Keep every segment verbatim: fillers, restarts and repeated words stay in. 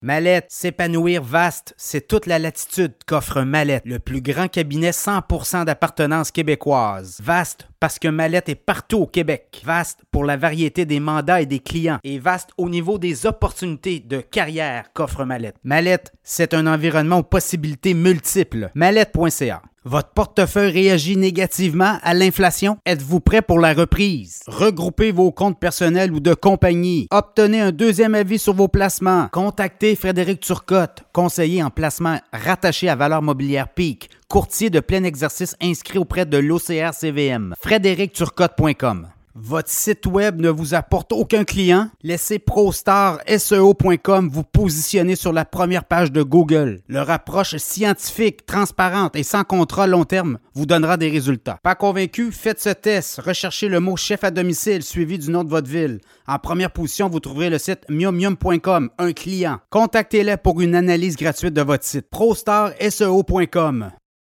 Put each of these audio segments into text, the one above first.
Mallette, s'épanouir vaste, c'est toute la latitude qu'offre Mallette, le plus grand cabinet cent pour cent d'appartenance québécoise. Vaste parce que Mallette est partout au Québec. Vaste pour la variété des mandats et des clients. Et vaste au niveau des opportunités de carrière qu'offre Mallette. Mallette, c'est un environnement aux possibilités multiples. Mallette point c a. Votre portefeuille réagit négativement à l'inflation? Êtes-vous prêt pour la reprise? Regroupez vos comptes personnels ou de compagnie. Obtenez un deuxième avis sur vos placements. Contactez Frédéric Turcotte, conseiller en placement rattaché à Valeurs Mobilières Peak, courtier de plein exercice inscrit auprès de l'O C R C V M. frédéric turcotte point com. Votre site web ne vous apporte aucun client? Laissez ProStar S E O point com vous positionner sur la première page de Google. Leur approche scientifique, transparente et sans contrat long terme vous donnera des résultats. Pas convaincu? Faites ce test. Recherchez le mot chef à domicile suivi du nom de votre ville. En première position, vous trouverez le site mium mium point com, un client. Contactez-les pour une analyse gratuite de votre site. ProStar S E O point com.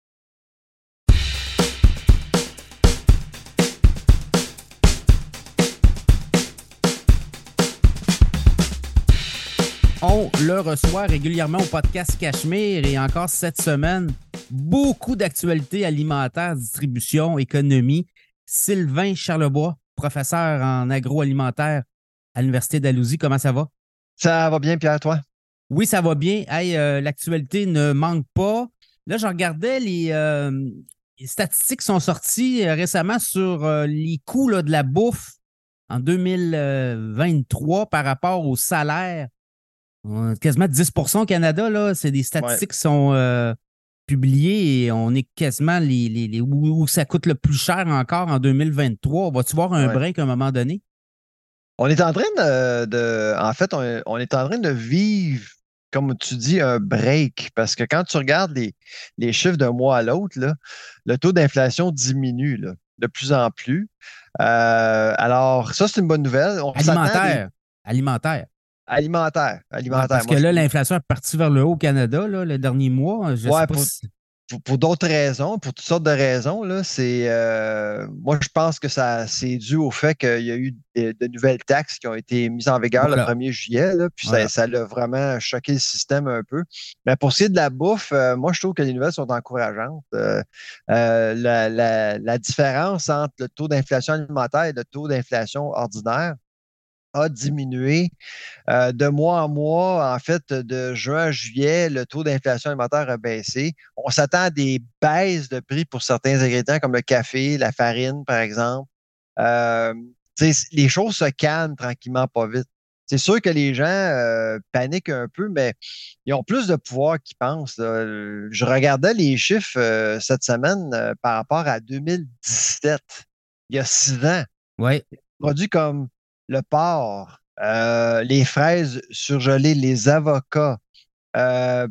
On le reçoit régulièrement au podcast Cachemire et encore cette semaine, beaucoup d'actualités alimentaires, distribution, économie. Sylvain Charlebois, professeur en agroalimentaire à l'Université d'Alousie, comment ça va? Ça va bien, Pierre, toi? Oui, ça va bien. Hey, euh, l'actualité ne manque pas. Là, je regardais les, euh, les statistiques qui sont sorties euh, récemment sur euh, les coûts là, de la bouffe en deux mille vingt-trois par rapport au salaire. On a quasiment dix pour cent au Canada, là. C'est des statistiques ouais. qui sont euh, publiées et on est quasiment les, les, les où, où ça coûte le plus cher encore en deux mille vingt-trois. Va-tu voir un ouais. break à un moment donné? On est en train de. de en fait, on, on est en train de vivre, comme tu dis, un break. Parce que quand tu regardes les, les chiffres d'un mois à l'autre, là, le taux d'inflation diminue là, de plus en plus. Euh, alors, ça, c'est une bonne nouvelle. On alimentaire. Des... Alimentaire. Alimentaire. Alimentaire. Ouais, parce que Moi, là, je... l'inflation est partie vers le haut au Canada, là, le dernier mois. Je ouais, sais pas pour, si... pour, pour d'autres raisons, pour toutes sortes de raisons, là, c'est euh, moi, je pense que ça c'est dû au fait qu'il y a eu de, de nouvelles taxes qui ont été mises en vigueur voilà. le premier juillet, là, puis voilà. ça, ça l'a vraiment choqué le système un peu. Mais pour ce qui est de la bouffe, euh, moi, je trouve que les nouvelles sont encourageantes. Euh, euh, la, la, la différence entre le taux d'inflation alimentaire et le taux d'inflation ordinaire a diminué euh, de mois en mois. En fait, de juin à juillet, le taux d'inflation alimentaire a baissé. On s'attend à des baisses de prix pour certains ingrédients comme le café, la farine, par exemple. Euh, les choses se calment tranquillement, pas vite. C'est sûr que les gens euh, paniquent un peu, mais ils ont plus de pouvoir qu'ils pensent. Là. Je regardais les chiffres euh, cette semaine euh, par rapport à deux mille dix-sept, il y a six ans. Oui. Produits comme le porc, euh, les fraises surgelées, les avocats, euh,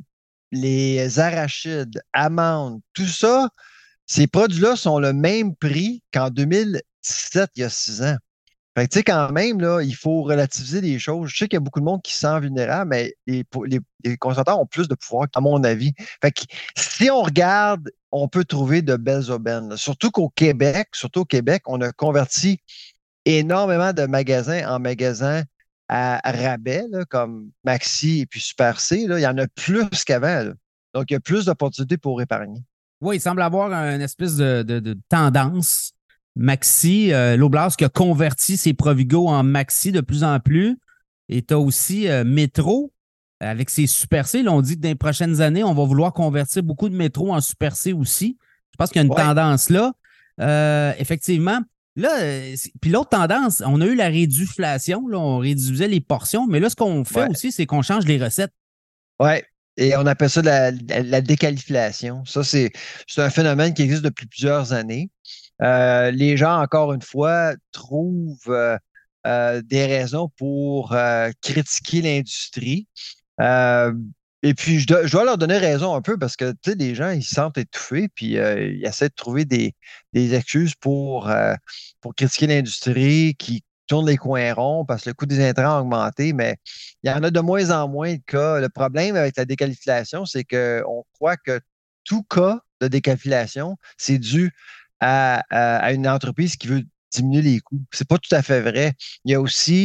les arachides, amandes, tout ça, ces produits-là sont le même prix qu'en deux mille dix-sept, il y a six ans. Fait que, tu sais, quand même, là, il faut relativiser les choses. Je sais qu'il y a beaucoup de monde qui se sent vulnérable, mais les, les, les consommateurs ont plus de pouvoir, à mon avis. Fait que si on regarde, on peut trouver de belles aubaines. Là. Surtout qu'au Québec, surtout au Québec, on a converti énormément de magasins en magasins à rabais, là, comme Maxi et puis Super C. Là. Il y en a plus qu'avant. Là. Donc, il y a plus d'opportunités pour épargner. Oui, il semble avoir une espèce de, de, de tendance. Maxi, euh, l'Oblast qui a converti ses Provigo en Maxi de plus en plus. Et tu as aussi euh, Métro avec ses Super C. Là, on dit que dans les prochaines années, on va vouloir convertir beaucoup de Métro en Super C aussi. Je pense qu'il y a une ouais. tendance là. Euh, effectivement, là, euh, puis l'autre tendance, on a eu la réduflation. Là, on réduisait les portions. Mais là, ce qu'on fait ouais. aussi, c'est qu'on change les recettes. Oui. Et on appelle ça la, la, la déqualification. Ça, c'est, c'est un phénomène qui existe depuis plusieurs années. Euh, les gens, encore une fois, trouvent euh, euh, des raisons pour euh, critiquer l'industrie. Euh, et puis, je dois, je dois leur donner raison un peu parce que, tu sais, les gens, ils se sentent étouffés puis euh, ils essaient de trouver des, des excuses pour, euh, pour critiquer l'industrie qui tourne les coins ronds parce que le coût des intrants a augmenté, mais il y en a de moins en moins de cas. Le problème avec la déqualification, c'est qu'on croit que tout cas de déqualification, c'est dû à, à, à une entreprise qui veut diminuer les coûts. C'est pas tout à fait vrai. Il y a aussi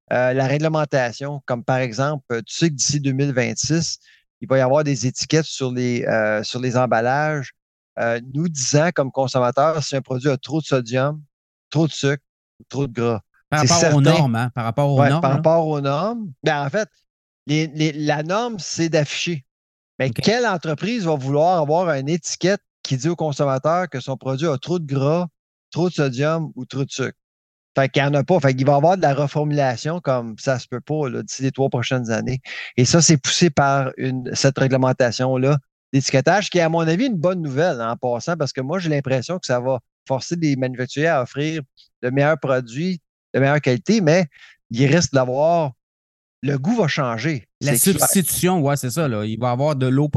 euh, la réglementation, comme par exemple, euh, tu sais que d'ici deux mille vingt-six, il va y avoir des étiquettes sur les, euh, sur les emballages euh, nous disant comme consommateurs si un produit a trop de sodium, trop de sucre, ou trop de gras. Par C'est rapport aux certain, normes, hein? Par rapport aux ouais, par normes, là. rapport aux normes. Ben, en fait, les- les- la norme, c'est d'afficher. Mais OK. quelle entreprise va vouloir avoir une étiquette qui dit au consommateur que son produit a trop de gras, trop de sodium ou trop de sucre? Fait qu'il n'y en a pas. Fait qu'il va y avoir de la reformulation comme ça se peut pas là, d'ici les trois prochaines années. Et ça, c'est poussé par une, cette réglementation-là d'étiquetage, qui est, à mon avis, une bonne nouvelle en passant, parce que moi, j'ai l'impression que ça va forcer les manufacturiers à offrir de meilleurs produits, de meilleure qualité, mais il risque d'avoir. Le goût va changer. La C'est clair. substitution, ouais, c'est ça, là. Il va y avoir de l'eau.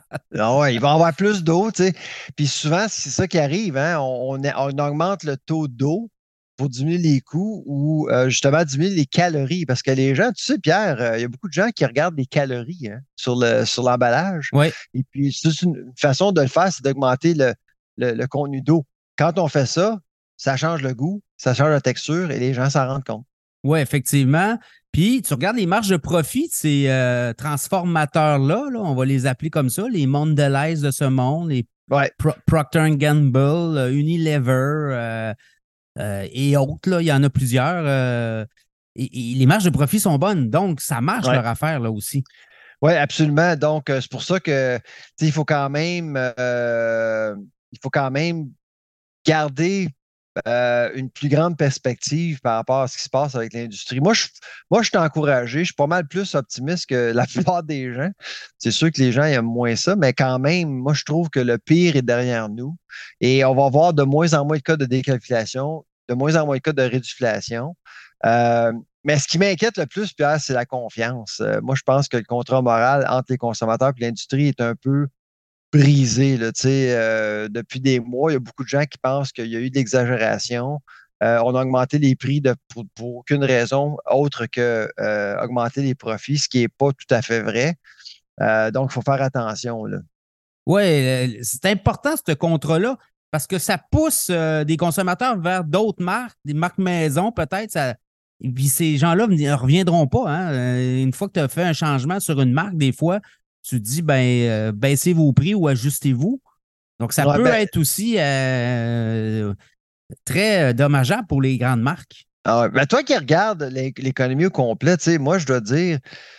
Ah ouais, il va y avoir plus d'eau, tu sais. Puis souvent, c'est ça qui arrive, hein. On, on, on augmente le taux d'eau pour diminuer les coûts ou euh, justement diminuer les calories. Parce que les gens, tu sais, Pierre, euh, il y a beaucoup de gens qui regardent les calories hein, sur le, sur l'emballage. Oui. Et puis, c'est une façon de le faire, c'est d'augmenter le, le, le contenu d'eau. Quand on fait ça, ça change le goût, ça change la texture et les gens s'en rendent compte. Oui, effectivement. Puis, tu regardes les marges de profit de ces euh, transformateurs-là, là, on va les appeler comme ça, les Mondelez de ce monde, les Ouais. Pro Procter and Gamble, euh, Unilever euh, euh, et autres, là, il y en a plusieurs. euh, et, et les marges de profit sont bonnes, donc ça marche Ouais. leur affaire là aussi. Oui, absolument. Donc, euh, c'est pour ça que il faut quand même euh, il faut quand même garder euh, une plus grande perspective par rapport à ce qui se passe avec l'industrie. Moi, je, moi, je suis encouragé. Je suis pas mal plus optimiste que la plupart des gens. C'est sûr que les gens aiment moins ça, mais quand même, moi, je trouve que le pire est derrière nous. Et on va voir de moins en moins de cas de décalculation, de moins en moins de cas de réduflation. Euh, mais ce qui m'inquiète le plus, Pierre, c'est la confiance. Euh, moi, je pense que le contrat moral entre les consommateurs et l'industrie est un peu brisé. Là, euh, depuis des mois, il y a beaucoup de gens qui pensent qu'il y a eu de l'exagération. Euh, on a augmenté les prix de, pour, pour aucune raison autre que euh, augmenter les profits, ce qui n'est pas tout à fait vrai. Euh, donc, il faut faire attention. Là. Oui, c'est important ce contrat-là parce que ça pousse euh, des consommateurs vers d'autres marques, des marques maison peut-être. Ça... Et puis ces gens-là ne reviendront pas. Hein. Euh, Une fois que tu as fait un changement sur une marque, des fois, tu te dis ben, euh, baissez vos prix ou ajustez-vous. Donc, ça Ouais, peut ben, être aussi euh, très dommageable pour les grandes marques. ah ouais, ben, toi qui regardes l'économie au complet, moi, je dois dire,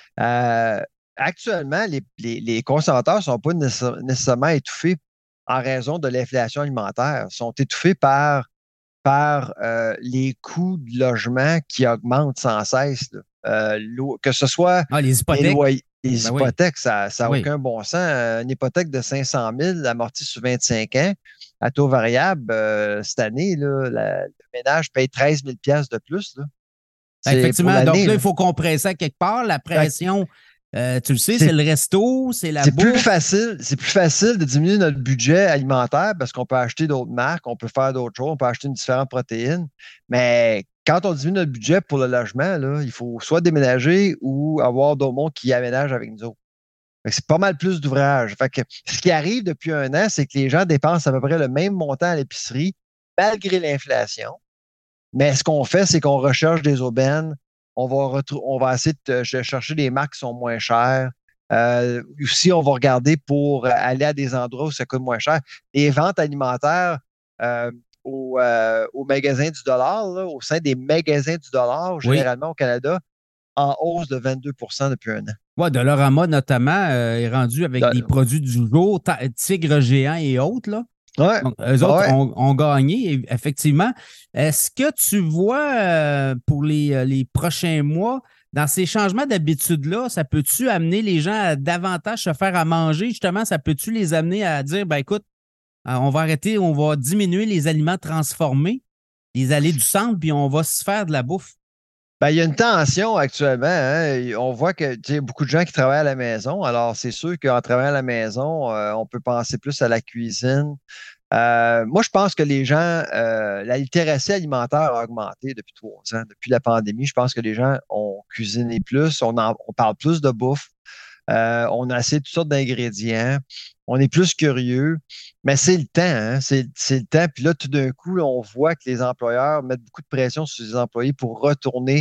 euh, actuellement, les, les, les consommateurs ne sont pas nécessairement étouffés en raison de l'inflation alimentaire. Ils sont étouffés par par euh, les coûts de logement qui augmentent sans cesse. Là. Euh, que ce soit Ah, les les hypothèques. loyers, les Ben oui. hypothèques, ça n'a Oui. aucun bon sens. Euh, Une hypothèque de cinq cent mille amortie sur vingt-cinq ans à taux variable, euh, cette année, là, la- le ménage paye treize mille de plus. Là. Ben, C'est pour effectivement. Donc l'année. là, il Là. faut compresser ça quelque part. La Fait que pression, euh, tu le sais, c'est C'est le resto, c'est la c'est plus bouffe. facile, c'est plus facile de diminuer notre budget alimentaire parce qu'on peut acheter d'autres marques, on peut faire d'autres choses, on peut acheter une différente protéine. Mais quand on diminue notre budget pour le logement, là, il faut soit déménager ou avoir d'autres mondes qui aménagent avec nous autres. Fait que c'est pas mal plus d'ouvrages. Fait que ce qui arrive depuis un an, c'est que les gens dépensent à peu près le même montant à l'épicerie malgré l'inflation. Mais ce qu'on fait, c'est qu'on recherche des aubaines. On va, on va essayer de chercher des marques qui sont moins chères. Euh, aussi, on va regarder pour aller à des endroits où ça coûte moins cher. Les ventes alimentaires euh, au, euh, au magasin du dollar, là, au sein des magasins du dollar, Oui. généralement au Canada, en hausse de vingt-deux pour cent depuis un an. Ouais, Dollarama, notamment, euh, est rendu avec des De- produits du jour, tigre géant et autres, là. ouais, Donc, eux bah autres ouais. ont, ont gagné, effectivement. Est-ce que tu vois euh, pour les, euh, les prochains mois, dans ces changements d'habitude-là, ça peut-tu amener les gens à davantage se faire à manger? Justement, ça peut-tu les amener à dire, ben écoute, euh, on va arrêter, on va diminuer les aliments transformés, les allées du centre, puis on va se faire de la bouffe? Ben, il y a une tension actuellement. Hein. On voit que y a beaucoup de gens qui travaillent à la maison. Alors, c'est sûr qu'en travaillant à la maison, euh, on peut penser plus à la cuisine. Euh, moi, je pense que les gens, euh, la littératie alimentaire a augmenté depuis trois ans. Depuis la pandémie, je pense que les gens ont cuisiné plus, on, en- on parle plus de bouffe, euh, on a essayé toutes sortes d'ingrédients, on est plus curieux, mais c'est le temps, hein, c'est, c'est le temps. Puis là, tout d'un coup, là, on voit que les employeurs mettent beaucoup de pression sur les employés pour retourner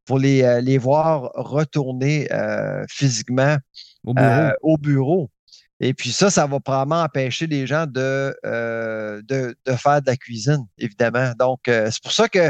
pour les, euh, les voir retourner euh, physiquement au bureau. Euh, au bureau. Et puis ça, ça va probablement empêcher les gens de, euh, de, de faire de la cuisine, évidemment. Donc, euh, c'est pour ça que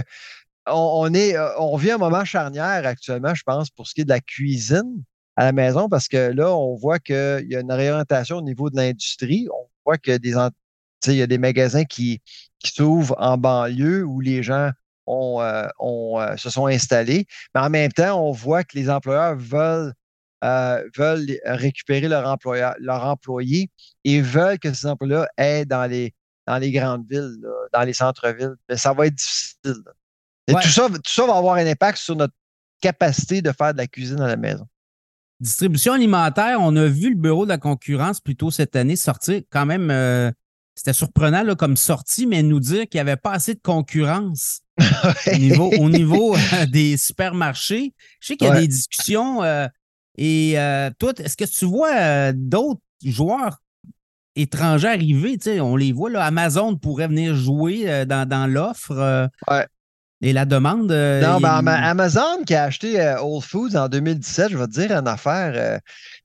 on, on est, on vit un moment charnière actuellement, je pense, pour ce qui est de la cuisine à la maison, parce que là, on voit qu'il y a une réorientation au niveau de l'industrie. On voit que des, il y a des magasins qui, qui s'ouvrent en banlieue où les gens ont, euh, ont, euh, se sont installés. Mais en même temps, on voit que les employeurs veulent, euh, veulent récupérer leur, employeur, leur employé et veulent que ces emplois-là aient dans les, dans les grandes villes, là, dans les centres-villes. Mais ça va être difficile. Là. Et Ouais. tout ça, tout ça va avoir un impact sur notre capacité de faire de la cuisine à la maison. Distribution alimentaire, on a vu le bureau de la concurrence plus tôt cette année sortir quand même, euh, c'était surprenant là, comme sortie, mais nous dire qu'il n'y avait pas assez de concurrence au niveau, au niveau euh, des supermarchés. Je sais qu'il y a ouais. des discussions euh, et euh, toi, est-ce que tu vois euh, d'autres joueurs étrangers arriver? Tu sais, on les voit, là, Amazon pourrait venir jouer euh, dans, dans l'offre. Euh, ouais. Et la demande. Euh, non, ben, il... Amazon qui a acheté euh, Whole Foods en deux mille dix-sept, je vais te dire une affaire. Euh,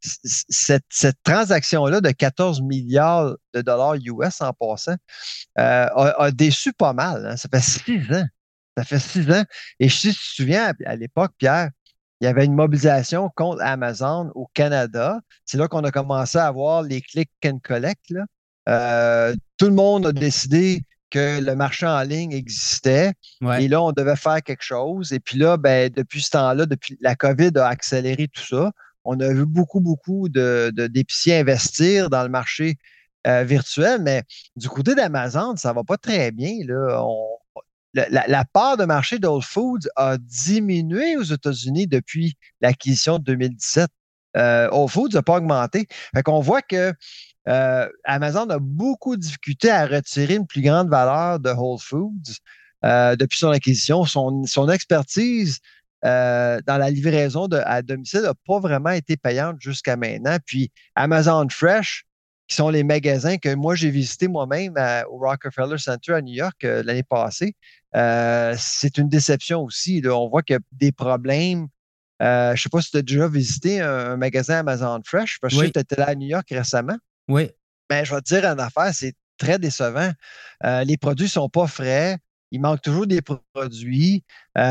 cette, cette transaction-là de quatorze milliards de dollars U S en passant euh, a, a déçu pas mal. Hein. Ça fait six ans. Ça fait six ans. Et si tu te souviens, à l'époque, Pierre, il y avait une mobilisation contre Amazon au Canada. C'est là qu'on a commencé à avoir les click and collect. Là. Euh, tout le monde a décidé que le marché en ligne existait. Ouais. Et là, on devait faire quelque chose. Et puis là, ben, depuis ce temps-là, depuis la COVID a accéléré tout ça. On a vu beaucoup, beaucoup de, de, d'épiciers investir dans le marché euh, virtuel, mais du côté d'Amazon, ça ne va pas très bien. Là. On, la, la, part de marché d'Whole Foods a diminué aux États-Unis depuis l'acquisition de deux mille dix-sept. Euh, Whole Foods n'a pas augmenté. Fait qu'on voit que euh, Amazon a beaucoup de difficultés à retirer une plus grande valeur de Whole Foods euh, depuis son acquisition. Son, son expertise euh, dans la livraison de, à domicile n'a pas vraiment été payante jusqu'à maintenant. Puis Amazon Fresh, qui sont les magasins que moi j'ai visités moi-même à, au Rockefeller Center à New York euh, l'année passée, euh, c'est une déception aussi. Là. On voit qu'il y a des problèmes. Euh, je ne sais pas si tu as déjà visité un, un magasin Amazon Fresh, parce que oui. tu étais là à New York récemment. Oui. Ben, je vais te dire une affaire, c'est très décevant. Euh, les produits ne sont pas frais. Il manque toujours des produits.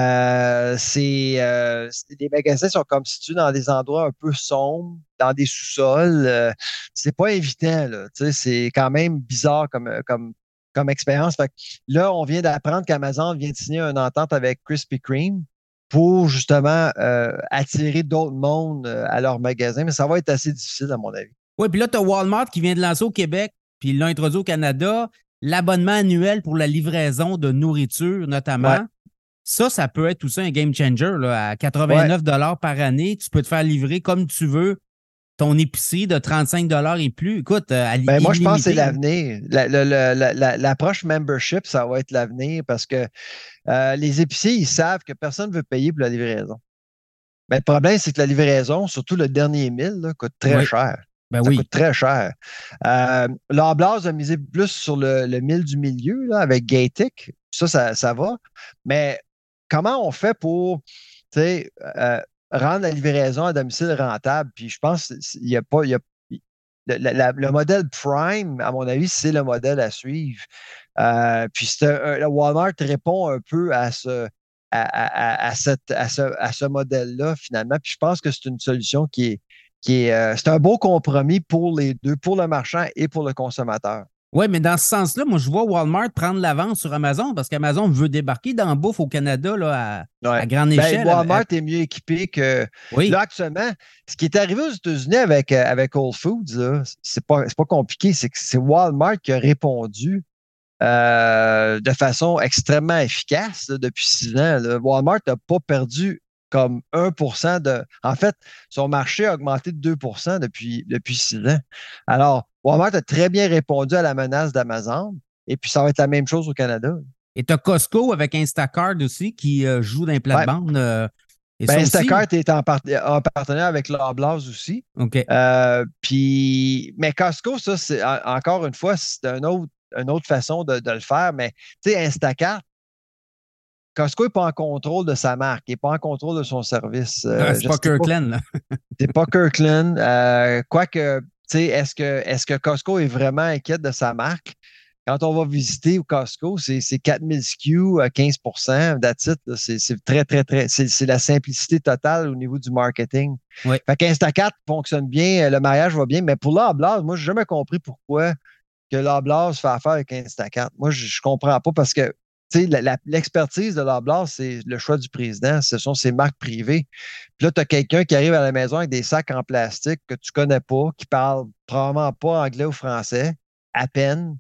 Euh, c'est, euh, les magasins sont comme situés dans des endroits un peu sombres, dans des sous-sols. Euh, c'est pas évident, là. Tu sais, c'est quand même bizarre comme, comme, comme expérience. Fait que là, on vient d'apprendre qu'Amazon vient de signer une entente avec Krispy Kreme pour justement euh, attirer d'autres mondes à leur magasin, mais ça va être assez difficile, à mon avis. Oui, puis là, tu as Walmart qui vient de lancer au Québec, puis il l'a introduit au Canada, l'abonnement annuel pour la livraison de nourriture, notamment. Ouais. Ça, ça peut être aussi un game changer. Là, à quatre-vingt-neuf dollars ouais. par année, tu peux te faire livrer comme tu veux ton épicerie de trente-cinq dollars et plus. Écoute, à ben, moi, je pense que c'est l'avenir. La, la, la, la, l'approche membership, ça va être l'avenir parce que euh, les épiciers, ils savent que personne ne veut payer pour la livraison. Mais le problème, c'est que la livraison, surtout le dernier mille, là, coûte très oui. cher. Ben ça oui. coûte très cher. Euh, Loblaws a misé plus sur le, le mille du milieu là, avec Gatic. Ça, ça, ça va. Mais comment on fait pour euh, rendre la livraison à domicile rentable? Puis je pense qu'il n'y a pas. Il y a, le, la, le modèle Prime, à mon avis, c'est le modèle à suivre. Euh, puis un, Walmart répond un peu à ce, à, à, à, cette, à ce, à ce modèle-là, finalement. Puis je pense que c'est une solution qui est Qui est, euh, c'est un beau compromis pour les deux, pour le marchand et pour le consommateur. Oui, mais dans ce sens-là, moi, je vois Walmart prendre l'avance sur Amazon parce qu'Amazon veut débarquer dans la bouffe au Canada là, à, ouais. à grande ben, échelle. Walmart à... est mieux équipé que. Oui. Là, actuellement, ce qui est arrivé aux États-Unis avec, avec Whole Foods, là, c'est pas, c'est pas compliqué. C'est que c'est Walmart qui a répondu euh, de façon extrêmement efficace là, depuis six ans. Là. Walmart n'a pas perdu comme un pour cent de. En fait, son marché a augmenté de deux pour cent depuis, depuis six ans. Alors, Walmart a très bien répondu à la menace d'Amazon et puis ça va être la même chose au Canada. Et tu as Costco avec Instacart aussi qui euh, joue dans les plates-bandes. Ouais. Euh, ben, Instacart aussi... est en, part... en partenaire avec Loblaws aussi. OK. Euh, puis, mais Costco, ça, c'est encore une fois, c'est un autre, une autre façon de, de le faire. Mais tu sais, Instacart, Costco n'est pas en contrôle de sa marque, il n'est pas en contrôle de son service. Euh, ah, c'est pas Kirkland, là. C'est pas Kirkland. Euh, Quoique, tu sais, est-ce que, est-ce que Costco est vraiment inquiète de sa marque? Quand on va visiter au Costco, c'est, c'est quatre mille S K U à quinze pour cent. That's it. C'est, c'est très, très, très. C'est, c'est la simplicité totale au niveau du marketing. Oui. Fait qu'Instacat fonctionne bien, le mariage va bien, mais pour Loblaws, moi, j'ai jamais compris pourquoi que Loblaws fait affaire avec Instacat. Moi, je, je comprends pas parce que tu sais, la, la, l'expertise de Loblaws, c'est le choix du président. Ce sont ses marques privées. Puis là, tu as quelqu'un qui arrive à la maison avec des sacs en plastique que tu connais pas, qui parle probablement pas anglais ou français, à peine,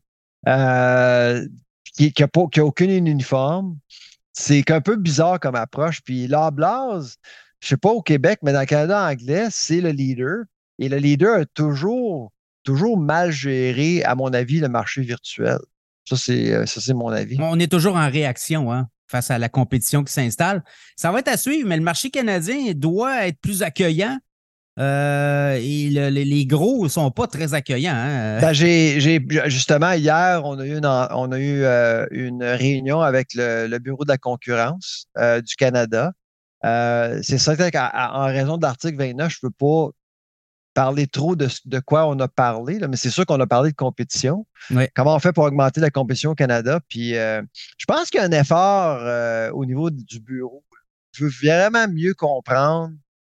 euh, qui n'a pas, qui a aucun uniforme. C'est un peu bizarre comme approche. Puis Loblaws, je sais pas au Québec, mais dans le Canada anglais, c'est le leader. Et le leader a toujours, toujours mal géré, à mon avis, le marché virtuel. Ça, c'est, ça, c'est mon avis. On est toujours en réaction hein, face à la compétition qui s'installe. Ça va être à suivre, mais le marché canadien doit être plus accueillant. Euh, et le, les, les gros ne sont pas très accueillants. Hein. Ben, j'ai, j'ai, justement, hier, on a eu une, on a eu, euh, une réunion avec le, le Bureau de la concurrence euh, du Canada. Euh, c'est certain qu'en raison de l'article vingt-neuf, je ne peux pas parler trop de, de quoi on a parlé, là, mais c'est sûr qu'on a parlé de compétition. Oui. Comment on fait pour augmenter la compétition au Canada? Puis euh, je pense qu'il y a un effort euh, au niveau du bureau. Je veux vraiment mieux comprendre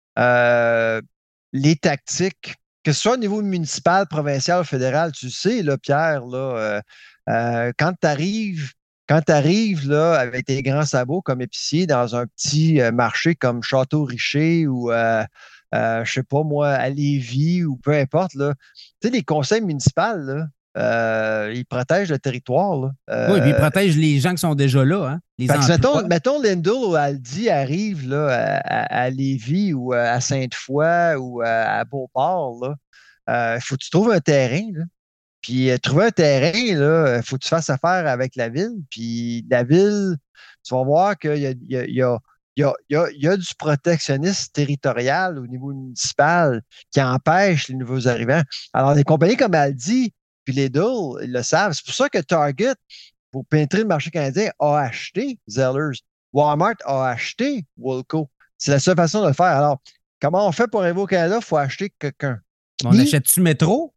euh, les tactiques, que ce soit au niveau municipal, provincial, fédéral. Tu sais, là, Pierre, là, euh, euh, quand tu arrives quand tu arrives là, avec tes grands sabots comme épicier dans un petit euh, marché comme Château-Richer ou euh, euh, je sais pas moi, à Lévis ou peu importe, là, tu sais, les conseils municipaux, là, euh, ils protègent le territoire. Là. Euh, oui, puis ils protègent les gens qui sont déjà là, hein, les emplois. Mettons, mettons Lindell ou Aldi arrive là, à, à, à Lévis ou à Sainte-Foy ou à, à Beauport. Il euh, faut que tu trouves un terrain. Là. Puis euh, trouver un terrain, il faut que tu fasses affaire avec la ville. Puis la ville, tu vas voir qu'il y a, il y a, il y a Il y, a, il, y a, il y a du protectionnisme territorial au niveau municipal qui empêche les nouveaux arrivants. Alors, des compagnies comme Aldi puis Lidl, ils le savent. C'est pour ça que Target, pour pénétrer le marché canadien, a acheté Zellers. Walmart a acheté Woolco. C'est la seule façon de le faire. Alors, comment on fait pour arriver au Canada? Il faut acheter quelqu'un. On Puis, achète-tu Métro?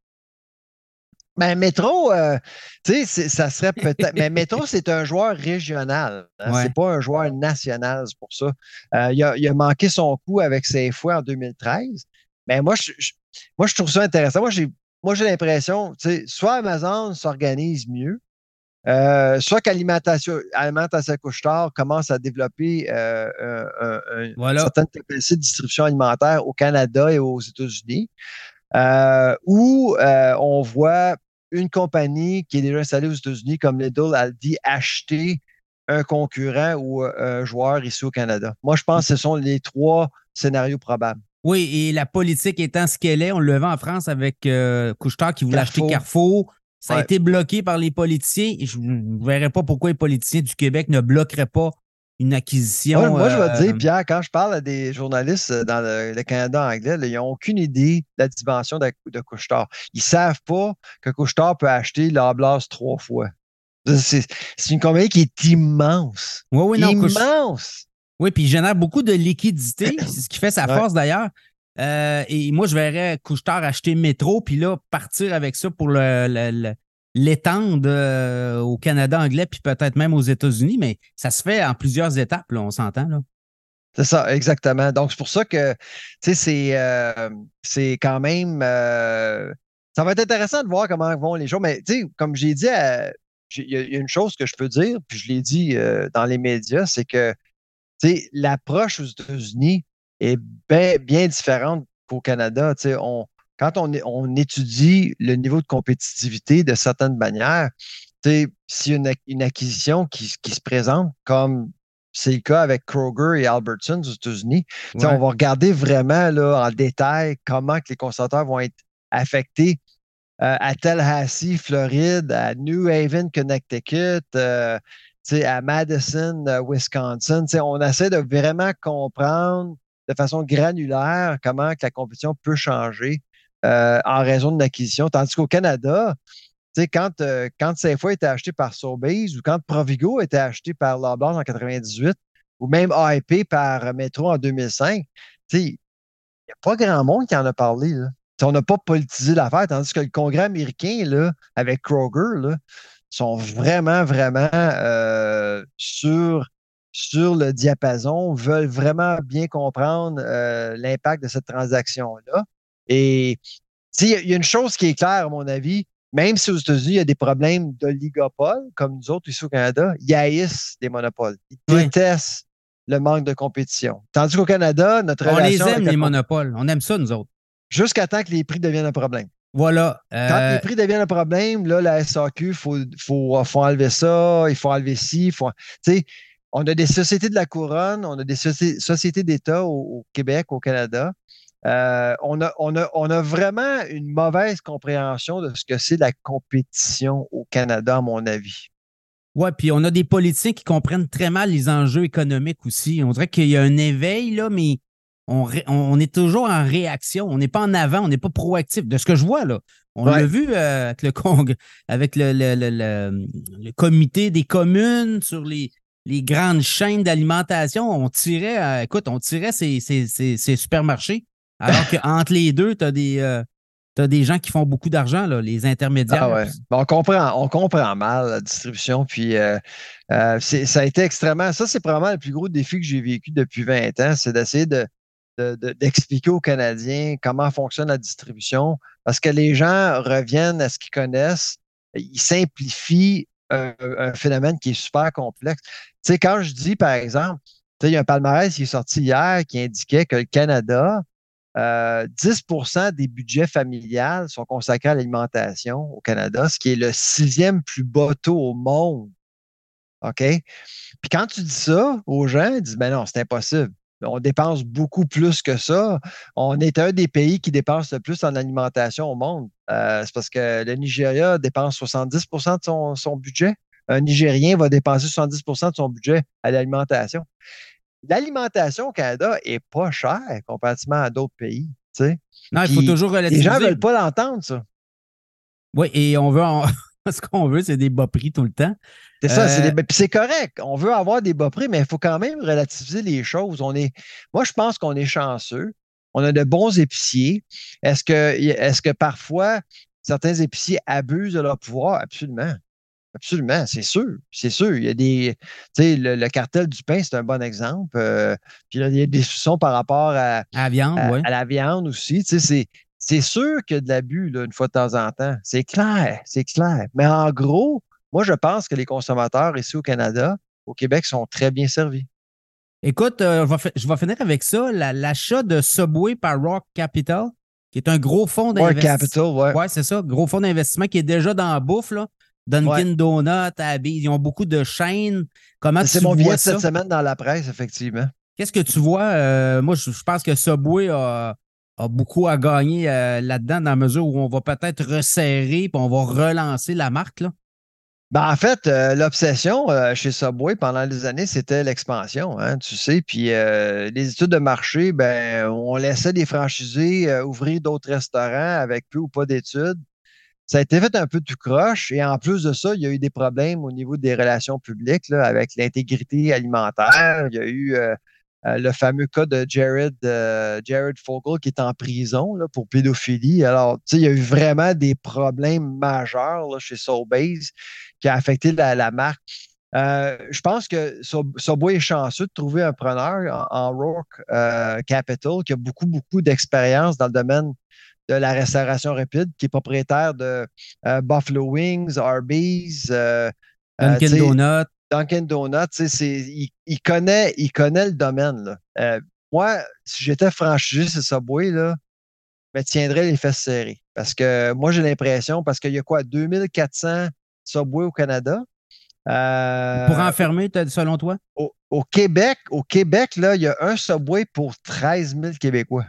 Ben, Métro, euh, tu sais, ça serait peut-être. Mais Métro, c'est un joueur régional. Hein, ouais. C'est pas un joueur national, c'est pour ça. Euh, il, a, il a manqué son coup avec ses fouets en deux mille treize. Mais moi, je, je, moi, je trouve ça intéressant. Moi, j'ai, moi, j'ai l'impression, tu sais, soit Amazon s'organise mieux, euh, soit qu'Alimentation Alimentation Couche-Tard commence à développer euh, un, un, un, voilà. une certaine capacité de distribution alimentaire au Canada et aux États-Unis. Euh, où euh, on voit une compagnie qui est déjà installée aux États-Unis, comme Lidl, Aldi, acheter un concurrent ou un joueur ici au Canada. Moi, je pense que ce sont les trois scénarios probables. Oui, et la politique étant ce qu'elle est, on le vend en France avec euh, Couche-Tard qui voulait Carrefour. acheter Carrefour. Ça ouais. a été bloqué par les politiciens. Et je ne verrais pas pourquoi les politiciens du Québec ne bloqueraient pas une acquisition. Ouais, moi, je vais euh, te dire, Pierre, quand je parle à des journalistes dans le, le Canada anglais, là, ils n'ont aucune idée de la dimension de, de Couche-Tard. Ils ne savent pas que Couche-Tard peut acheter Loblaws trois fois. C'est, c'est une compagnie qui est immense. Oui, oui, non, immense! Couche... Oui, puis il génère beaucoup de liquidités. C'est ce qui fait sa force, ouais. d'ailleurs. Euh, et moi, je verrais Couche-Tard acheter Métro, puis là, partir avec ça pour le, le, le l'étendre euh, au Canada anglais, puis peut-être même aux États-Unis, mais ça se fait en plusieurs étapes, là, on s'entend. Là. C'est ça, exactement. Donc, c'est pour ça que, tu sais, c'est, euh, c'est quand même... Euh, ça va être intéressant de voir comment vont les choses, mais tu sais, comme j'ai dit, il y, y a une chose que je peux dire, puis je l'ai dit euh, dans les médias, c'est que, tu sais, l'approche aux États-Unis est bien, bien différente qu'au Canada. Tu sais, on... Quand on, on étudie le niveau de compétitivité de certaines manières, s'il y a une, une acquisition qui, qui se présente, comme c'est le cas avec Kroger et Albertsons aux États-Unis, ouais. on va regarder vraiment là, en détail comment que les consommateurs vont être affectés euh, à Tallahassee, Floride, à New Haven, Connecticut, euh, à Madison, Wisconsin. On essaie de vraiment comprendre de façon granulaire comment que la compétition peut changer. Euh, en raison de l'acquisition. Tandis qu'au Canada, Tu sais, quand, euh, quand Safeway était acheté par Sobeys ou quand Provigo était acheté par Loblaws en quatre-vingt-dix-huit ou même A E P par Metro en deux mille cinq, tu sais, il n'y a pas grand monde qui en a parlé, là. T'sais, on n'a pas politisé l'affaire, tandis que le Congrès américain, là, avec Kroger, là, sont vraiment, vraiment euh, sur, sur le diapason, veulent vraiment bien comprendre euh, l'impact de cette transaction-là. Et il y, y a une chose qui est claire, à mon avis, même si aux États-Unis, il y a des problèmes d'oligopole, comme nous autres ici au Canada, ils haïssent des monopoles. Ils Oui. détestent le manque de compétition. Tandis qu'au Canada, notre On relation les aime, avec les la monopoles. On aime ça, nous autres. jusqu'à temps que les prix deviennent un problème. Voilà. Euh... Quand les prix deviennent un problème, là, la S A Q, il faut, faut, faut enlever ça, il faut enlever ci. Faut, on a des sociétés de la couronne, on a des soci sociétés d'État au, au Québec, au Canada. Euh, on, a, on, a, on a vraiment une mauvaise compréhension de ce que c'est la compétition au Canada, à mon avis. Oui, puis on a des politiciens qui comprennent très mal les enjeux économiques aussi. On dirait qu'il y a un éveil, là, mais on, on est toujours en réaction. On n'est pas en avant, on n'est pas proactif. De ce que je vois, là, on ouais. l'a vu euh, avec le Cong, avec le, le, le, le, le comité des communes sur les, les grandes chaînes d'alimentation. On tirait, euh, écoute, on tirait ces, ces, ces, ces supermarchés. Alors qu'entre les deux, tu as des, euh, t'as des gens qui font beaucoup d'argent, là, les intermédiaires. Ah ouais. Bon, on comprend, on comprend mal la distribution. Puis euh, euh, ça a été extrêmement. Ça, c'est probablement le plus gros défi que j'ai vécu depuis vingt ans, c'est d'essayer de, de, de, d'expliquer aux Canadiens comment fonctionne la distribution. Parce que les gens reviennent à ce qu'ils connaissent. Ils simplifient un, un phénomène qui est super complexe. Tu sais, quand je dis, par exemple, il y a un palmarès qui est sorti hier qui indiquait que le Canada, Euh, dix pour cent des budgets familiales sont consacrés à l'alimentation au Canada, ce qui est le sixième plus bas taux au monde. OK? Puis quand tu dis ça aux gens, ils disent, ben non, c'est impossible. On dépense beaucoup plus que ça. On est un des pays qui dépense le plus en alimentation au monde. Euh, c'est parce que le Nigeria dépense soixante-dix pour cent de son, son budget. Un Nigérien va dépenser soixante-dix pour cent de son budget à l'alimentation. L'alimentation au Canada n'est pas chère comparativement à d'autres pays. Tu sais. Non, il faut toujours relativiser. Les gens ne veulent pas l'entendre, ça. Oui, et on veut en... ce qu'on veut, c'est des bas prix tout le temps. C'est ça, euh... c'est des... c'est correct. On veut avoir des bas prix, mais il faut quand même relativiser les choses. On est... Moi, je pense qu'on est chanceux. On a de bons épiciers. Est-ce que, est-ce que parfois certains épiciers abusent de leur pouvoir? Absolument. Absolument, c'est sûr, c'est sûr. Il y a des, tu sais, le, le cartel du pain, c'est un bon exemple. Euh, puis là, il y a des soupçons par rapport à, à la viande, à, oui. à la viande aussi. Tu sais, c'est, c'est sûr qu'il y a de l'abus, là, une fois de temps en temps. C'est clair, c'est clair. Mais en gros, moi, je pense que les consommateurs ici au Canada, au Québec, sont très bien servis. Écoute, euh, je, vais je vais finir avec ça. La, l'achat de Subway par Rock Capital, qui est un gros fonds d'investissement. Rock Capital, ouais. Oui, c'est ça. Gros fonds d'investissement qui est déjà dans la bouffe, là. Dunkin' ouais. Donuts, Abby, ils ont beaucoup de chaînes. Comment c'est tu mon vois billet de ça? cette semaine dans la presse, effectivement. Qu'est-ce que tu vois? Euh, moi, je, je pense que Subway a, a beaucoup à gagner euh, là-dedans, dans la mesure où on va peut-être resserrer et on va relancer la marque, là. Ben, en fait, euh, l'obsession euh, chez Subway pendant des années, c'était l'expansion, hein, tu sais. Puis euh, les études de marché, ben, on laissait des franchisés euh, ouvrir d'autres restaurants avec peu ou pas d'études. Ça a été fait un peu tout croche. Et en plus de ça, il y a eu des problèmes au niveau des relations publiques là, avec l'intégrité alimentaire. Il y a eu euh, euh, le fameux cas de Jared, euh, Jared Fogle qui est en prison là, pour pédophilie. Alors, tu sais, il y a eu vraiment des problèmes majeurs là, chez Sobeys qui a affecté la, la marque. Euh, je pense que Subway est chanceux de trouver un preneur en, en Rourke euh, Capital qui a beaucoup, beaucoup d'expérience dans le domaine de la restauration rapide, qui est propriétaire de euh, Buffalo Wings, Arby's, euh, Dunkin' euh, Donuts. Dunkin' Donuts, c'est, il, il, connaît, il connaît le domaine. Là. Euh, moi, si j'étais franchisé sur Subway, là, je me tiendrais les fesses serrées. Parce que moi, j'ai l'impression, parce qu'il y a quoi, deux mille quatre cents Subway au Canada. Euh, pour enfermer, selon toi? Au, au Québec, au Québec, là, il y a un Subway pour treize mille Québécois.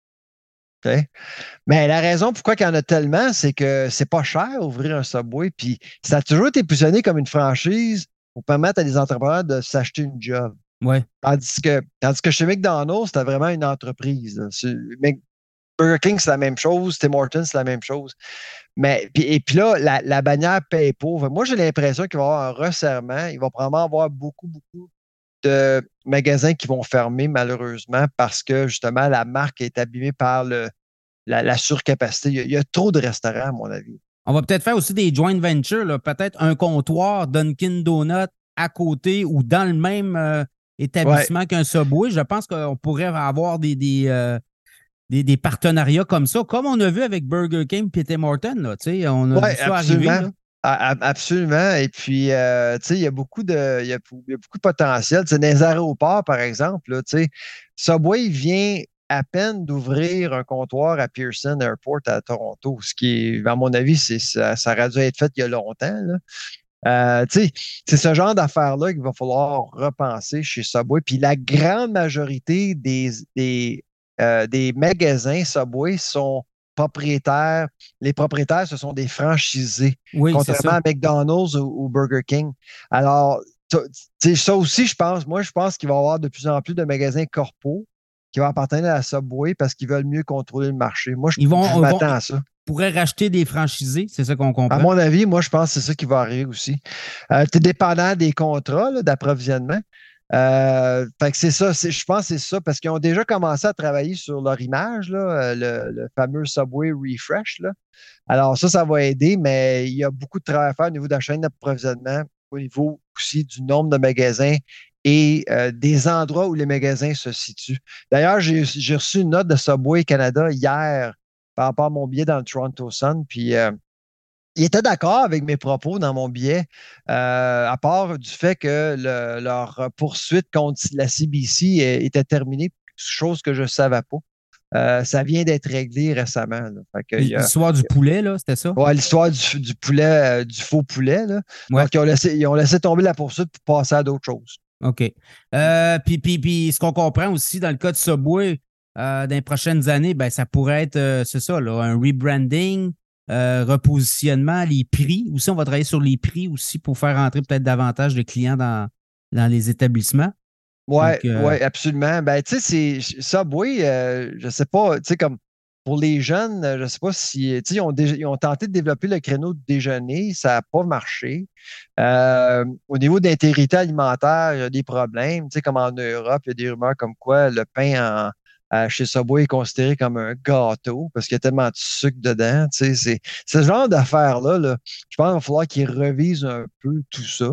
Okay. Mais la raison pourquoi il y en a tellement, c'est que c'est pas cher ouvrir un Subway. Puis ça a toujours été positionné comme une franchise pour permettre à des entrepreneurs de s'acheter une job. Ouais. Tandis que, tandis que chez McDonald's, c'était vraiment une entreprise. Burger King, c'est la même chose. Tim Hortons, c'est la même chose. Mais, puis, et puis là, la, la bannière paye pauvre. Moi, j'ai l'impression qu'il va y avoir un resserrement. Il va probablement avoir beaucoup, beaucoup de magasins qui vont fermer, malheureusement, parce que, justement, la marque est abîmée par le, la, la surcapacité. Il y, a, il y a trop de restaurants, à mon avis. On va peut-être faire aussi des joint ventures, là. Peut-être un comptoir Dunkin' Donuts à côté ou dans le même euh, établissement ouais. qu'un Subway. Je pense qu'on pourrait avoir des, des, euh, des, des partenariats comme ça, comme on a vu avec Burger King et Tim Hortons. Là, on a ouais, vu ça absolument. arriver. Là. Absolument. Et puis, euh, tu sais, il y a beaucoup de, il y a, il y a beaucoup de potentiel. T'sais, dans les aéroports, par exemple, là, Subway vient à peine d'ouvrir un comptoir à Pearson Airport à Toronto, ce qui est, à mon avis, c'est, ça, ça aurait dû être fait il y a longtemps. Là. Euh, c'est ce genre d'affaires-là qu'il va falloir repenser chez Subway. Puis la grande majorité des, des, euh, des magasins Subway sont propriétaires. Les propriétaires, ce sont des franchisés, oui, contrairement à McDonald's ou, ou Burger King. Alors, ça aussi, je pense, moi, je pense qu'il va y avoir de plus en plus de magasins corpos qui vont appartenir à la Subway parce qu'ils veulent mieux contrôler le marché. Moi, je, ils vont, je m'attends vont, à ça. Pourrait racheter des franchisés, c'est ça qu'on comprend. À mon avis, moi, je pense que c'est ça qui va arriver aussi. Euh, tu es dépendant des contrats là, d'approvisionnement. Euh, fait que c'est ça, je pense que c'est ça, parce qu'ils ont déjà commencé à travailler sur leur image, là, le, le fameux Subway Refresh. Là. Alors, ça, ça va aider, mais il y a beaucoup de travail à faire au niveau de la chaîne d'approvisionnement, au niveau aussi du nombre de magasins et euh, des endroits où les magasins se situent. D'ailleurs, j'ai, j'ai reçu une note de Subway Canada hier par rapport à mon billet dans le Toronto Sun, puis euh, il était d'accord avec mes propos dans mon billet, euh, à part du fait que le, leur poursuite contre la C B C était terminée, chose que je ne savais pas. Euh, ça vient d'être réglé récemment. Là. Fait que, l'histoire a, du poulet, là, c'était ça? Oui, l'histoire du, du poulet, euh, du faux poulet. Là. Ouais. Donc, ils ont, laissé, ils ont laissé tomber la poursuite pour passer à d'autres choses. OK. Euh, puis, puis, puis, ce qu'on comprend aussi dans le cas de Subway, euh, dans les prochaines années, ben, ça pourrait être, euh, c'est ça, là, un rebranding, euh, repositionnement, les prix. Aussi, on va travailler sur les prix aussi pour faire rentrer peut-être davantage de clients dans, dans les établissements. Oui, euh... ouais, absolument. Ben, tu sais, c'est Subway, euh, je sais pas, tu sais, comme pour les jeunes, je sais pas si, tu sais, ils ont, ils ont tenté de développer le créneau de déjeuner, ça n'a pas marché. Euh, au niveau d'intégrité alimentaire, il y a des problèmes, tu sais, comme en Europe, il y a des rumeurs comme quoi le pain en, à, chez Subway est considéré comme un gâteau parce qu'il y a tellement de sucre dedans, tu sais, c'est, c'est ce genre d'affaires-là, là, je pense qu'il va falloir qu'ils revisent un peu tout ça.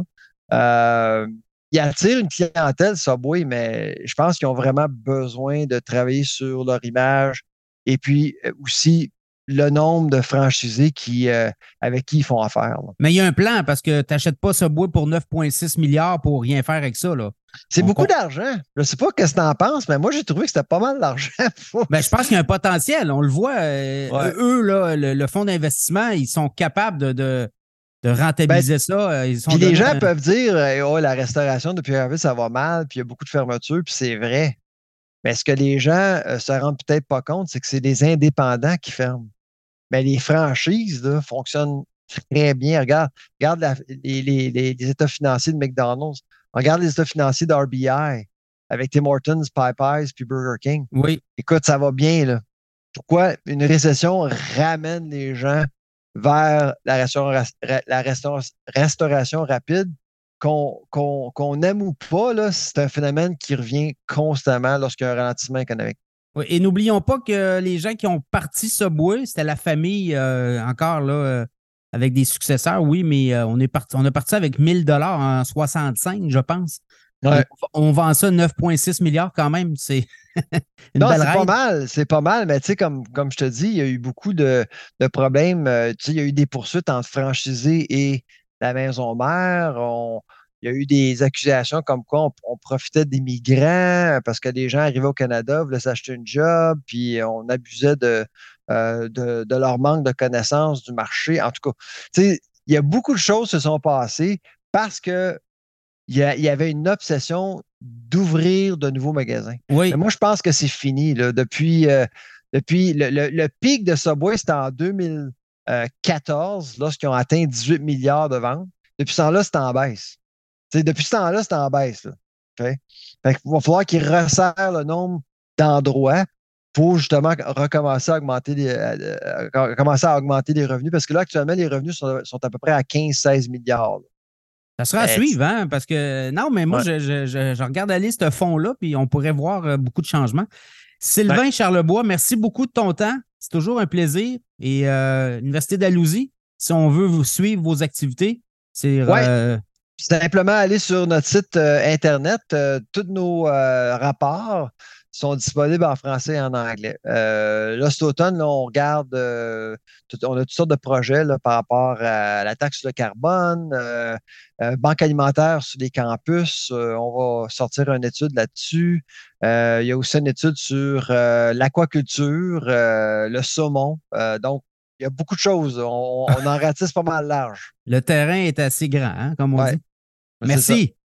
Euh, Ils attirent une clientèle Subway, mais je pense qu'ils ont vraiment besoin de travailler sur leur image et puis aussi le nombre de franchisés qui, euh, avec qui ils font affaire. Là. Mais il y a un plan parce que tu n'achètes pas Subway pour neuf virgule six milliards pour rien faire avec ça. Là. C'est On beaucoup compte... d'argent. Je ne sais pas ce que tu en penses, mais moi, j'ai trouvé que c'était pas mal d'argent. Ben, je pense qu'il y a un potentiel. On le voit. Euh, ouais. Eux, là, le, le fonds d'investissement, ils sont capables de... de... de rentabiliser ben, ça. Ils sont puis les gens un... peuvent dire oh, la restauration depuis un ça va mal, puis il y a beaucoup de fermetures, puis c'est vrai. Mais ce que les gens ne euh, se rendent peut-être pas compte, c'est que c'est des indépendants qui ferment. Mais les franchises là, fonctionnent très bien. Regarde, regarde la, les, les, les, les états financiers de McDonald's. Regarde les états financiers d'R B I avec Tim Hortons, Popeyes puis Burger King. Oui. Écoute, ça va bien. Là. Pourquoi une récession ramène les gens vers la restauration, la restauration, restauration rapide, qu'on qu'on, qu'on aime ou pas, là, c'est un phénomène qui revient constamment lorsqu'il y a un ralentissement économique. Oui, et n'oublions pas que les gens qui ont parti Subway, c'était la famille euh, encore là, euh, avec des successeurs, oui, mais euh, on est parti, on est parti avec mille dollars en soixante-cinq, je pense. Ouais. On vend ça neuf virgule six milliards quand même. C'est une non, belle c'est règle. pas mal. C'est pas mal, mais tu sais, comme, comme je te dis, il y a eu beaucoup de, de problèmes. Euh, tu sais, il y a eu des poursuites entre franchisés et la maison mère. On, il y a eu des accusations comme quoi on, on profitait des migrants parce que les gens arrivaient au Canada, voulaient s'acheter une job, puis on abusait de, euh, de, de leur manque de connaissance du marché. En tout cas, tu sais, il y a beaucoup de choses qui se sont passées parce que il y, a, il y avait une obsession d'ouvrir de nouveaux magasins. Oui. Mais moi, je pense que c'est fini. Là. Depuis, euh, depuis le, le, le pic de Subway, c'était en deux mille quatorze, lorsqu'ils ont atteint dix-huit milliards de ventes. Depuis ce temps-là, c'est en baisse. T'sais, depuis ce temps-là, c'est en baisse. Là. Okay? Fait qu'il va falloir qu'ils resserrent le nombre d'endroits faut justement recommencer à augmenter les, à, commencer à augmenter les revenus parce que là, actuellement, les revenus sont, sont à peu près à quinze à seize milliards. Là. Ça sera à ben, suivre, hein, parce que non, mais moi, ouais. je, je, je regarde la liste fond-là, puis on pourrait voir beaucoup de changements. Sylvain ouais. Charlebois, merci beaucoup de ton temps. C'est toujours un plaisir. Et euh, Université d'Alousie, si on veut vous suivre vos activités, c'est ouais. euh, simplement aller sur notre site euh, Internet. Euh, tous nos euh, rapports sont disponibles en français et en anglais. Euh, là, cet automne, là, on regarde, euh, tout, on a toutes sortes de projets là, par rapport à la taxe sur le carbone, euh, euh, banque alimentaire sur les campus. Euh, on va sortir une étude là-dessus. Euh, il y a aussi une étude sur euh, l'aquaculture, euh, le saumon. Euh, donc, il y a beaucoup de choses. On, on en ratisse pas mal large. Le terrain est assez grand, hein, comme on ouais. dit. Merci.